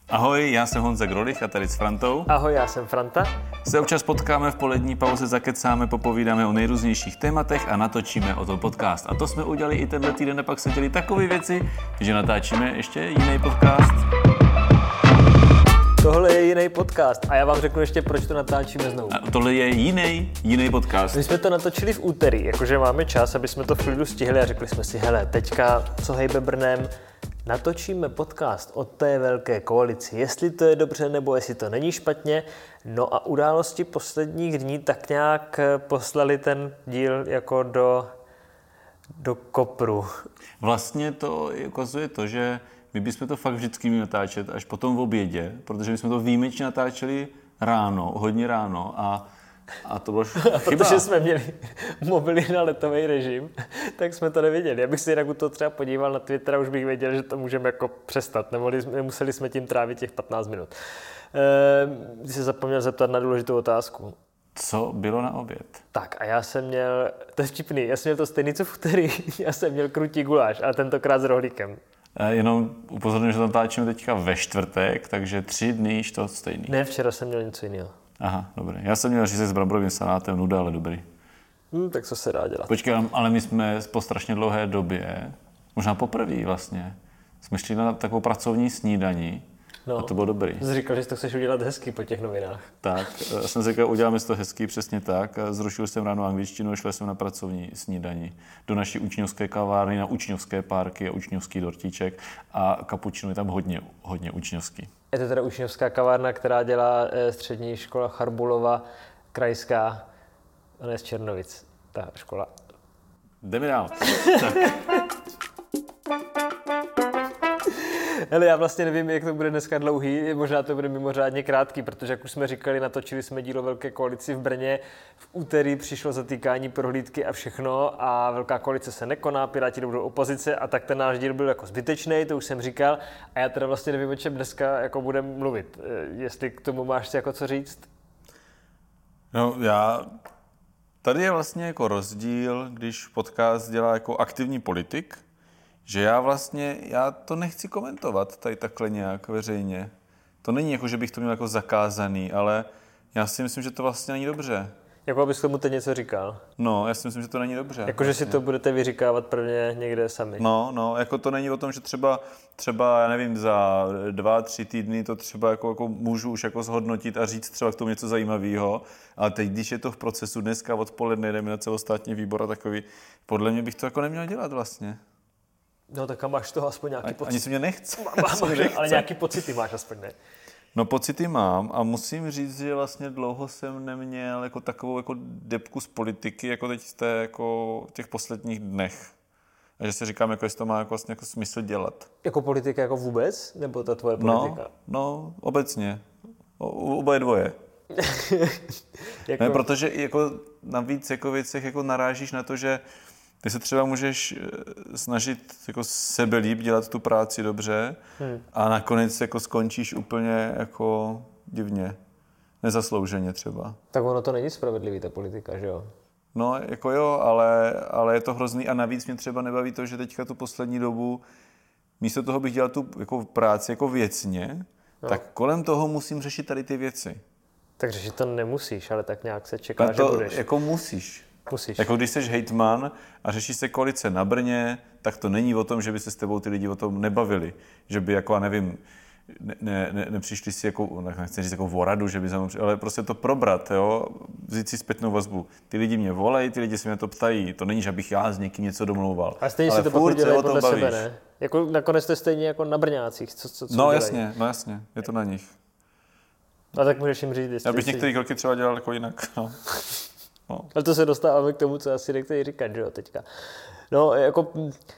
Ahoj, já jsem Honza Grolich a tady s Frantou. Ahoj, já jsem Franta. Se občas potkáme v polední pauze, zakecáme, popovídáme o nejrůznějších tématech a natočíme o to podcast. A to jsme udělali i tenhle týden a pak se děli takové věci, že natáčíme ještě jiný podcast. Tohle je jiný podcast a já vám řeknu ještě, proč to natáčíme znovu. A tohle je jiný podcast. My jsme to natočili v úterý, jakože máme čas, aby jsme to v klidu stihli a řekli jsme si, hele, teďka, co hejbe Brnem, natočíme podcast o té velké koalici, jestli to je dobře nebo jestli to není špatně. No a události posledních dní tak nějak poslali ten díl jako do kopru. Vlastně to ukazuje to, že my bychom to fakt vždycky měli natáčet až potom v obědě, protože my jsme to výjimečně natáčeli ráno, hodně ráno a to bylo chyba. Protože jsme měli mobily na letový režim, tak jsme to nevěděli. Já bych si jinak u toho třeba podíval na Twitter a už bych věděl, že to můžeme jako přestat. Nemuseli jsme tím trávit těch 15 minut. Ty se zapomněl zeptat na důležitou otázku. Co bylo na oběd? Tak a já jsem měl, to je vtipný, já jsem měl to stejný, co v úterý. Já jsem měl krutí guláš, a tentokrát s rohlíkem. Jenom upozorňuji, že natáčíme teďka ve čtvrtek, takže 3 dny již to stejný. Ne, včera jsem měl něco jiného. Aha, dobrý. Já jsem měl řízek s bramborovým salátem, nuda, ale dobrý. Tak co se dá dělat? Počkej, ale my jsme po strašně dlouhé době, možná poprvé vlastně, jsme šli na takovou pracovní snídani a to bylo dobrý. Jsi říkal, že to chceš udělat hezky po těch novinách. Tak, já jsem říkal, uděláme to hezky, přesně tak. Zrušil jsem ráno angličtinu a šel jsem na pracovní snídani do naší učňovské kavárny, na učňovské párky a učňovský dortíček a kapučino je tam hodně učňovský. Je to teda učňovská kavárna, která dělá střední škola Charbulova, krajská, ona je z Černovic, ta škola. Jdeme dál. Tak. Hele, já vlastně nevím, jak to bude dneska dlouhý, možná to bude mimořádně krátký, protože jak už jsme říkali, natočili jsme dílo Velké koalici v Brně, v úterý přišlo zatýkání, prohlídky a všechno a Velká koalice se nekoná, Piráti jdou do opozice a tak ten náš díl byl jako zbytečný, to už jsem říkal a já teda vlastně nevím, o čem dneska jako budeme mluvit, jestli k tomu máš si jako co říct? No tady je vlastně jako rozdíl, když podcast dělá jako aktivní politik, že já to nechci komentovat tady takhle nějak veřejně. To není jako, že bych to měl jako zakázaný, ale já si myslím, že to vlastně není dobře. Jako abys tomu teď něco říkal? No, já si myslím, že to není dobře. Jako, vlastně. Že si to budete vyříkávat prvně někde sami? No, jako to není o tom, že třeba já nevím, za 2-3 týdny to třeba jako můžu už jako zhodnotit a říct třeba k tomu něco zajímavého, ale teď, když je to v procesu dneska odpoledne, jdeme na celostátní výbor a takový, podle mě bych to jako neměl dělat vlastně. No tak a máš toho aspoň nějaký pocit. Ani se mě nechce. Ale nějaký pocity máš aspoň, ne? No pocity mám a musím říct, že vlastně dlouho jsem neměl jako takovou jako debku z politiky, jako teď v těch posledních dnech. A že si říkám, jako jestli to má jako vlastně jako smysl dělat. Jako politika jako vůbec? Nebo ta tvoje politika? No, obecně. Oboje dvoje. jako... Ne, protože jako navíc jako věcech jako narážíš na to, že ty se třeba můžeš snažit jako sebelíp dělat tu práci dobře a nakonec jako skončíš úplně jako divně, nezaslouženě třeba. Tak ono to není spravedlivý, ta politika, že jo? No, jako jo, ale je to hrozný a navíc mě třeba nebaví to, že teďka tu poslední dobu místo toho bych dělal tu jako práci jako věcně, tak kolem toho musím řešit tady ty věci. Tak řešit to nemusíš, ale tak nějak se čeká, že budeš. Jako musíš. Musíš. Jako když jsi hejtman a řeší se koalice na Brně, tak to není o tom, že by se s tebou ty lidi o tom nebavili. Že by jako, nevím, nepřišli si jako, nechci říct jako voradu, že by ale prostě to probrat, jo, vzít si zpětnou vazbu. Ty lidi mě volají, ty lidi se mě to ptají, to není, že bych já s někým něco domlouval. A stejně si to pokud dělají podle sebe, ne? Jako nakonec to je stejně jako na Brňácích, co no jasně, je to na nich. A tak můžeš jim říct, já bych některé kroky třeba dělal jako jinak, no. Ale to se dostáváme k tomu, co asi nechci říkat, že jo, teďka. No, jako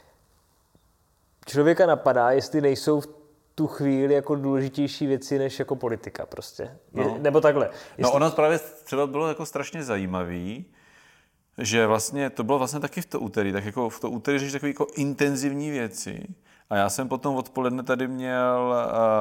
člověka napadá, jestli nejsou v tu chvíli jako důležitější věci než jako politika prostě. Nebo takhle. No ono právě třeba bylo jako strašně zajímavý, že vlastně to bylo vlastně taky v to úterý, tak jako v to úterý řešíš takové jako intenzivní věci a já jsem potom odpoledne tady měl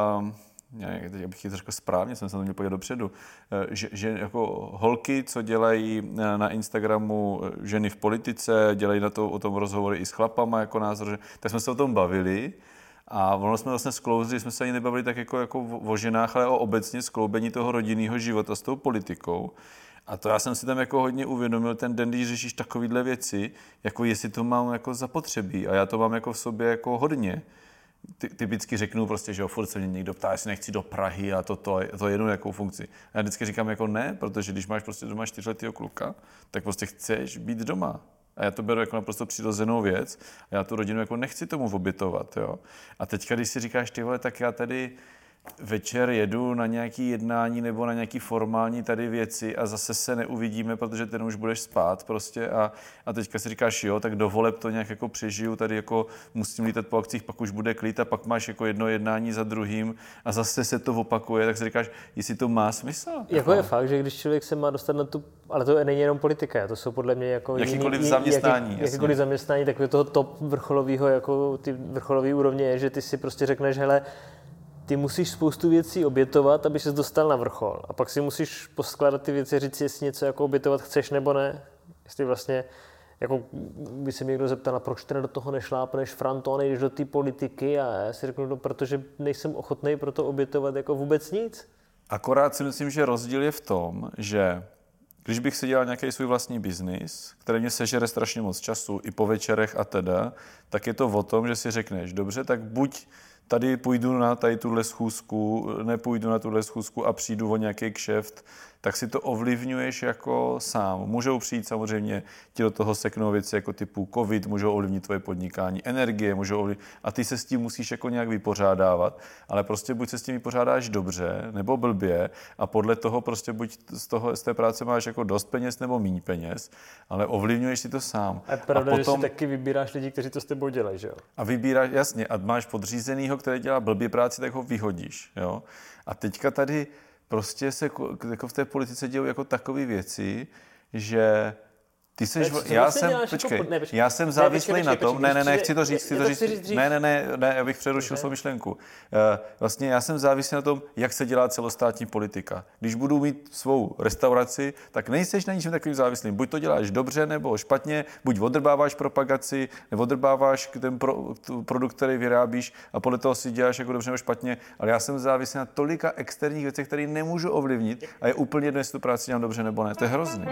teď bych to řekl správně, jsem se to měl podívat dopředu, že jako holky, co dělají na Instagramu ženy v politice, dělají o tom rozhovory i s chlapama jako názor, tak jsme se o tom bavili A ono jsme vlastně sklouzli, jsme se ani nebavili tak jako o ženách, ale o obecně skloubení toho rodinného života s tou politikou. A to já jsem si tam jako hodně uvědomil ten den, když řešíš takovýhle věci, jako jestli to mám jako zapotřebí. A já to mám jako v sobě jako hodně. Typicky řeknu prostě, že furt se mě někdo ptá, jestli nechci do Prahy a to je jednou jakou funkci. A já vždycky říkám jako ne, protože když máš prostě doma 4letýho kluka, tak prostě chceš být doma. A já to beru jako naprosto přirozenou věc a já tu rodinu jako nechci tomu obětovat, jo. A teďka, když si říkáš, ty vole, tak já tady večer jedu na nějaký jednání nebo na nějaký formální tady věci a zase se neuvidíme, protože ten už budeš spát prostě a teďka si říkáš, jo, tak do voleb to nějak jako přežiju, tady jako musím lítat po akcích, pak už bude klid a pak máš jako jedno jednání za druhým a zase se to opakuje, tak si říkáš, jestli to má smysl. Jako je fakt, že když člověk se má dostat na tu, ale to není jenom politika, to jsou podle mě jako jakýkoliv zaměstnání. Jakýkoliv zaměstnání, tak toho top vrcholového, jako ty vrcholové úrovně je, že ty si prostě řekneš, hele, ty musíš spoustu věcí obětovat, aby ses dostal na vrchol. A pak si musíš poskládat ty věci, říct si, jestli něco jako obětovat chceš nebo ne. Jestli vlastně, jako by se mě někdo zeptal, proč teda do toho nešlápneš, Franto, nejdeš do té politiky a já si řeknu, no, protože nejsem ochotný pro to obětovat jako vůbec nic. Akorát si myslím, že rozdíl je v tom, že když bych si dělal nějaký svůj vlastní biznis, který mě sežere strašně moc času, i po večerech a teda, tak je to o tom, že si řekneš, dobře, tak buď tady půjdu na tady tuhle schůzku, nepůjdu na tuhle schůzku a přijdu o nějaký kšeft, tak si to ovlivňuješ jako sám. Můžou přijít samozřejmě, ti do toho seknou věci jako typu covid, můžou ovlivnit tvoje podnikání, energie, můžou ovlivnit, a ty se s tím musíš jako nějak vypořádávat, ale prostě buď se s tím vypořádáš dobře, nebo blbě a podle toho prostě buď z té práce máš jako dost peněz nebo míň peněz, ale ovlivňuješ si to sám. A pravda, že si taky vybíráš lidi, kteří to s tebou dělají, že jo? A vybíráš, jasně, a máš podřízenýho, který dělá blbě práci, tak ho vyhodíš, jo? A teďka tady prostě se jako v té politice dějou jako takové věci, že ty seš, já jsem závislý na tom, chci to říct, já bych přerušil svou myšlenku. Vlastně já jsem závislý na tom, jak se dělá celostátní politika. Když budu mít svou restauraci, tak nejseš na ničem takovým závislým. Buď to děláš dobře, nebo špatně, buď odrbáváš propagaci, nebo odrbáváš ten produkt, který vyrábíš a podle toho si děláš jako dobře nebo špatně, ale já jsem závislý na tolika externích věcech, které nemůžu ovlivnit a je úplně jedno, jestli tu práci dělám dobře nebo ne. To je hrozný.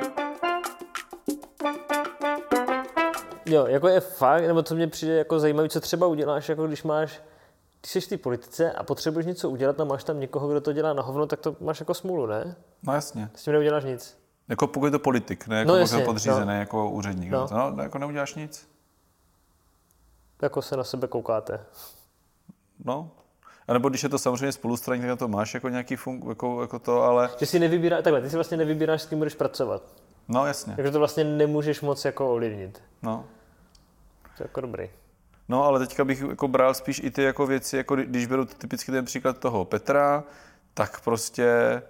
Jo, jako je fakt, nebo co mě přijde jako zajímavé, co třeba uděláš, jako když jsi v té politice a potřebuješ něco udělat a máš tam někoho, kdo to dělá na hovno, tak to máš jako smůlu, ne? No jasně. S tím neuděláš nic. Jako pokud je to politik, ne jako jasně, podřízený, jako úředník. No, jako neuděláš nic. Jako se na sebe koukáte. No. A nebo když je to samozřejmě spolustraník, tak to máš jako nějaký jako to, ale... Že si nevybíráš, takhle, ty si vlastně nevybíráš, s kým budeš pracovat. No, jasně. Takže to vlastně nemůžeš moc jako ovlivnit. No. To je jako dobrý. No, ale teďka bych jako bral spíš i ty jako věci, jako když beru typicky ten příklad toho Petra, tak prostě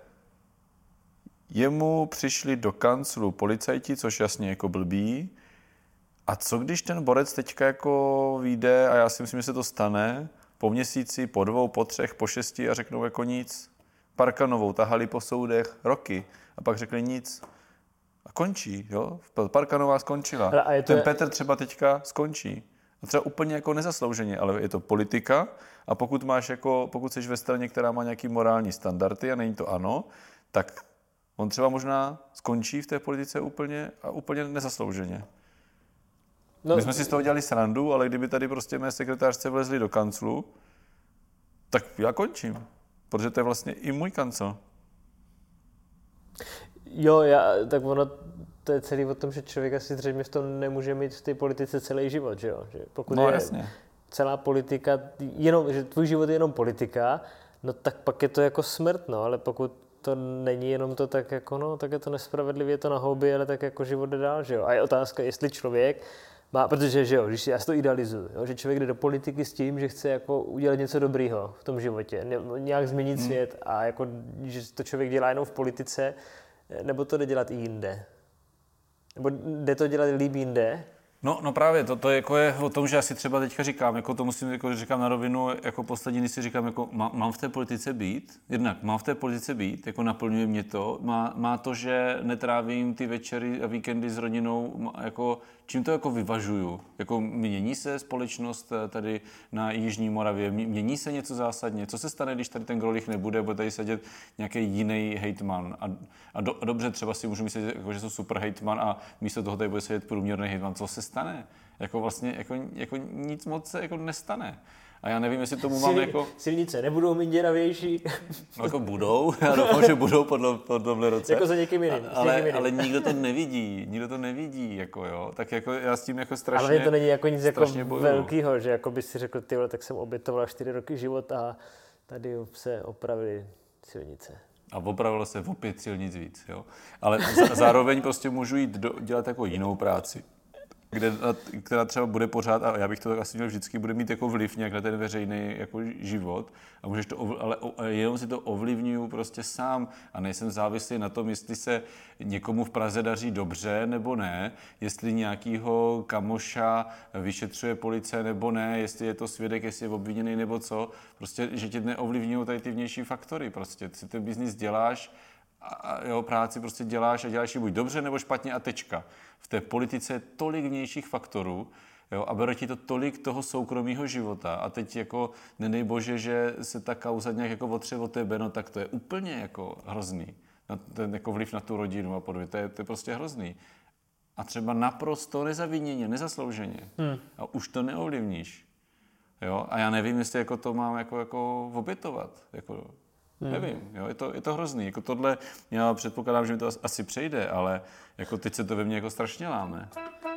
jemu přišli do kanclu policajti, což jasně jako blbý. A co když ten borec teďka jako vyjde, a já si myslím, že se to stane, po měsíci, po 2, po 3, po 6 a řeknou jako nic. Parkanovou tahali po soudech roky a pak řekli nic. A končí, jo? Parkanová skončila. Ten Petr třeba teďka skončí. A třeba úplně jako nezaslouženě, ale je to politika a pokud jsi ve straně, která má nějaký morální standardy a není to ANO, tak on třeba možná skončí v té politice úplně nezaslouženě. No, my jsme si z toho dělali srandu, ale kdyby tady prostě mé sekretářce vlezli do kanclu, tak já končím, protože to je vlastně i můj kancel. Jo, tak ono, to je celý o tom, že člověk asi zřejmě v tom nemůže mít v té politice celý život, že jo? Že pokud je jasně. Celá politika, že tvůj život je jenom politika, no tak pak je to jako smrt, no, ale pokud to není jenom to, tak jako no, tak je to nespravedlivě to na houby, ale tak jako život jde dál, že jo? A je otázka, jestli člověk má, protože že jo, když já si to idealizuju, jo, že člověk jde do politiky s tím, že chce jako udělat něco dobrýho v tom životě, nějak změnit svět a jako, že to člověk dělá jenom v politice, nebo to jde dělat i jinde? Nebo jde to dělat líp jinde? No právě, to jako je o tom, že já si třeba teďka říkám, jako to musím, jako říkám na rovinu, jako poslední, když si říkám, jako mám v té politice být, jednak mám v té politice být, jako naplňuje mě to, má to, že netrávím ty večery a víkendy s rodinou, jako čím to jako vyvažuju, jako mění se společnost tady na Jižní Moravě, mění se něco zásadně, co se stane, když tady ten Grolich nebude, bude tady sedět nějaký jiný hejtman a dobře, třeba si můžu myslet, jako, že jsou super hejtman a místo toho tady bude sedět průměrný hejtman, co se stane? Jako vlastně jako nic moc se jako nestane. A já nevím, jestli tomu mám jako... Silnice nebudou mít děravější. No jako budou, já doufám, že budou po tomhle roce. Jako za někým jiným. Ale nikdo to nevidí, jako jo. Tak jako já s tím jako strašně... Ale to není jako nic jako velkýho, že jako by si řekl, ty vole, tak jsem obětoval 4 roky života a tady se opravily silnice. A opravilo se o 5 silnic víc, jo. Ale zároveň prostě můžu jít dělat jako jinou práci, která třeba bude pořád, a já bych to asi měl vždycky, bude mít jako vliv nějak na ten veřejný jako život a můžeš to, ale jenom si to ovlivňuju prostě sám a nejsem závislý na tom, jestli se někomu v Praze daří dobře nebo ne, jestli nějakýho kamoša vyšetřuje policie nebo ne, jestli je to svědek, jestli je obviněný nebo co, prostě, že tě neovlivňují tady ty vnější faktory, prostě si ten biznis děláš a jeho práci prostě děláš a děláš ji buď dobře nebo špatně a tečka. V té politice je tolik vnějších faktorů, jo, a bere ti to tolik toho soukromého života a teď jako nedej bože, že se ta kauza nějak jako otře o tebe, no tak to je úplně jako hrozný. Ten jako vliv na tu rodinu a podobně, to je prostě hrozný. A třeba naprosto nezaviněně, nezaslouženě. A už to neovlivníš. Jo? A já nevím, jestli jako to mám jako obětovat. Jako, nevím, jo? Je to hrozný. Jako tohle, já předpokládám, že mi to asi přejde, ale jako teď se to ve mně jako strašně láme.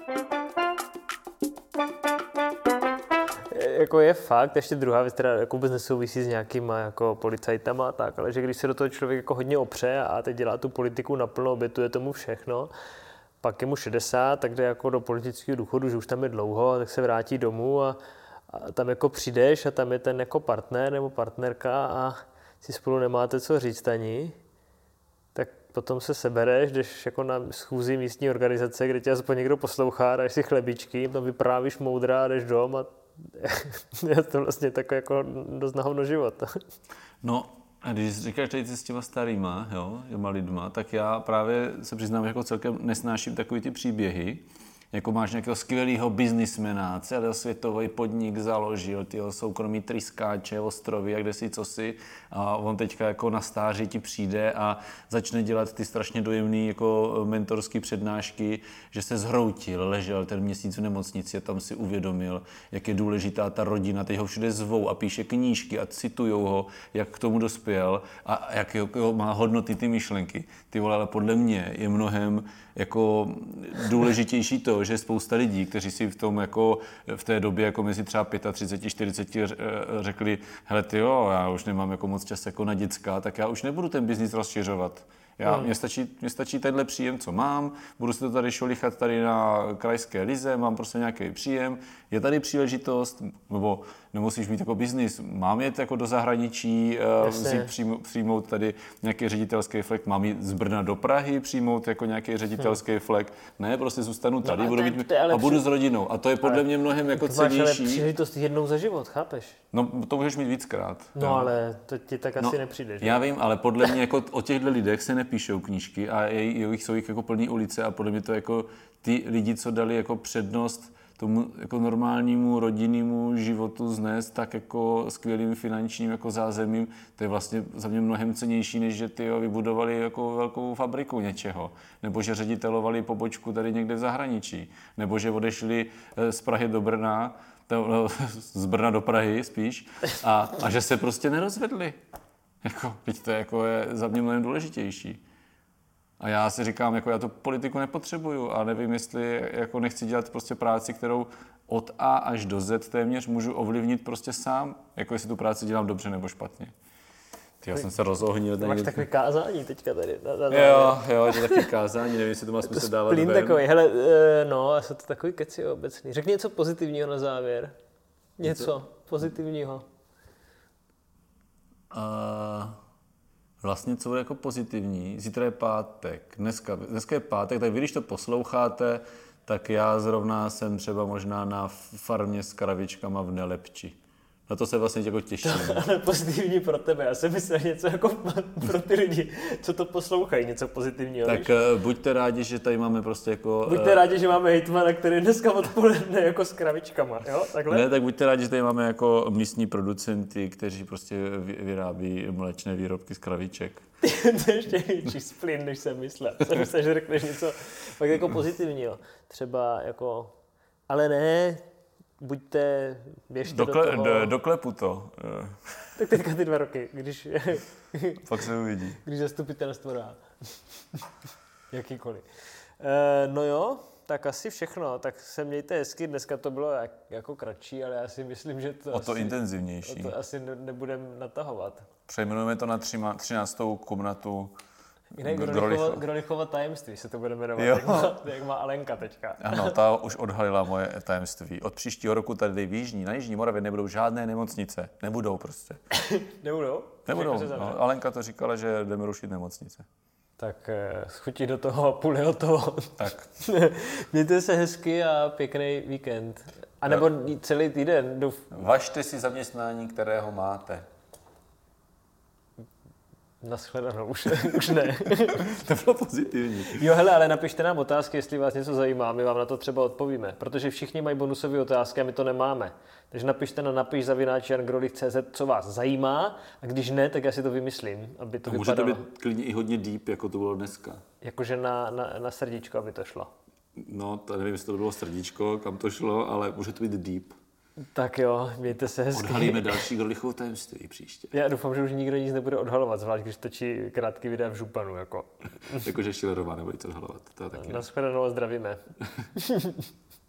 Jako je fakt, ještě druhá věc, která jako vůbec nesouvisí s nějakýma jako policajtama a tak, ale že když se do toho člověk jako hodně opře a teď dělá tu politiku naplno, obětuje tomu všechno, pak je mu 60, tak jde jako do politického důchodu, že už tam je dlouho, tak se vrátí domů a tam jako přijdeš a tam je ten jako partner nebo partnerka a si spolu nemáte co říct ani, tak potom se sebereš, jdeš jako na schůzi místní organizace, kde tě aspoň někdo poslouchá, dáš si chlebičky, tam vyprávíš moudra a jdeš dom a je to vlastně takový jako dost na hovno život. No, a když říkáš tady s těma starýma, jo, těma lidma, tak já právě se přiznám, že jako celkem nesnáším takový ty příběhy, jako máš nějakého skvělého biznismena, celosvětový podnik založil, tyho soukromý tryskáče, ostrovy a kdesi cosi a on teďka jako na stáří ti přijde a začne dělat ty strašně dojemný jako mentorský přednášky, že se zhroutil, ležel ten měsíc v nemocnici a tam si uvědomil, jak je důležitá ta rodina, teď ho všude zvou a píše knížky a citujou ho, jak k tomu dospěl a jak má hodnoty ty myšlenky. Ty vole, ale podle mě je mnohem jako důležitější to, že spousta lidí, kteří si v tom jako v té době jako mezi třeba 35, 40 řekli, hele ty jo, já už nemám jako moc čas jako na děcka, tak já už nebudu ten biznis rozšiřovat. Mně stačí tenhle příjem, co mám, budu si to tady šolichat tady na krajské lize, mám prostě nějaký příjem, je tady příležitost, nebo nemusíš mít jako biznis, mám jet jako do zahraničí, přijmout tady nějaký ředitelský flek, mám jít z Brna do Prahy, přijmout jako nějaký ředitelský flek, ne, prostě zůstanu tady, budu s rodinou a to je podle mě mnohem jako cenější. Máš ale příležitost jednou za život, chápeš? No to můžeš mít víckrát. No jo. Ale to ti tak asi nepřijde, že? Já vím, ale podle mě jako o těchto lidech se nepíšou knížky a jsou jich jako plný ulice a podle mě to jako ty lidi, co dali jako přednost tomu jako normálnímu rodinnému životu znést tak jako skvělým finančním jako zázemím, to je vlastně za mě mnohem cennější, než že ty vybudovali jako velkou fabriku něčeho, nebo že ředitelovali pobočku tady někde v zahraničí, nebo že odešli z Prahy do Brna, z Brna do Prahy spíš, a že se prostě nerozvedli. Jako, teď to je za mě mnohem důležitější. A já si říkám, jako já tu politiku nepotřebuju a nevím, jestli jako nechci dělat prostě práci, kterou od A až do Z téměř můžu ovlivnit prostě sám, jako jestli tu práci dělám dobře nebo špatně. Já jsem se rozohnil. To máš takový kázání teďka tady. Jo, je to takový kázání, nevím, jestli to má smysl dávat ven. Takový, hele, no, jsou to takový keci obecný. Řekni něco pozitivního na závěr. Něco pozitivního. Vlastně co bude jako pozitivní, zítra je pátek, dneska je pátek, tak vy, když to posloucháte, tak já zrovna jsem třeba možná na farmě s kravičkama v Nelepči. Na to se vlastně jako těším. Ale pozitivní pro tebe. Já jsem myslel něco jako pro ty lidi, co to poslouchají, něco pozitivního. Tak víš? buďte rádi, že tady máme prostě jako... Buďte rádi, že máme hejtmana, který dneska odpoledne jako s kravičkama, jo? Takhle? Ne, tak buďte rádi, že tady máme jako místní producenty, kteří prostě vyrábí mléčné výrobky z kravíček. To je ještě větší splyn, než jsem myslel. Jsem myslel, že řekneš něco tak jako pozitivního. Třeba jako... Ale ne, buďte, běžte do toho. Doklepu to. Tak teďka ty 2 roky, když... Pak se uvidí. Když zastupitelstvo dá. Jakýkoliv. No jo, tak asi všechno. Tak se mějte hezky. Dneska to bylo jako kratší, ale já si myslím, že to o to asi, intenzivnější. O to asi nebudeme natahovat. Přejmenujeme to na 13. komnatu Grolichova tajemství se to bude jmenovat, jak má Alenka teďka. Ano, ta už odhalila moje tajemství. Od příštího roku tady na Jižní Moravě nebudou žádné nemocnice. Nebudou prostě. Nebudou? No, Alenka to říkala, že jdeme rušit nemocnice. Tak schutí do toho a půl do toho. Tak. Mějte se hezky a pěkný víkend. A nebo celý týden. Važte si zaměstnání, kterého máte. Naschledanou, už ne. To bylo pozitivní. Jo, hele, ale napište nám otázky, jestli vás něco zajímá, my vám na to třeba odpovíme, protože všichni mají bonusové otázky a my to nemáme. Takže napište na napiš@jangrolich.cz, co vás zajímá, a když ne, tak já si to vymyslím, aby to vypadalo. Může to být klidně i hodně deep, jako to bylo dneska. Jakože na srdíčko, aby to šlo. No, to nevím, jestli to bylo srdíčko, kam to šlo, ale může to být deep. Tak jo, mějte se hezky. Odhalíme další Grolichovo tajemství příště. Já doufám, že už nikdo nic nebude odhalovat, zvlášť když točí krátký videa v županu. Jakože Schillerová nebude nic odhalovat. Naschledanou a zdravíme.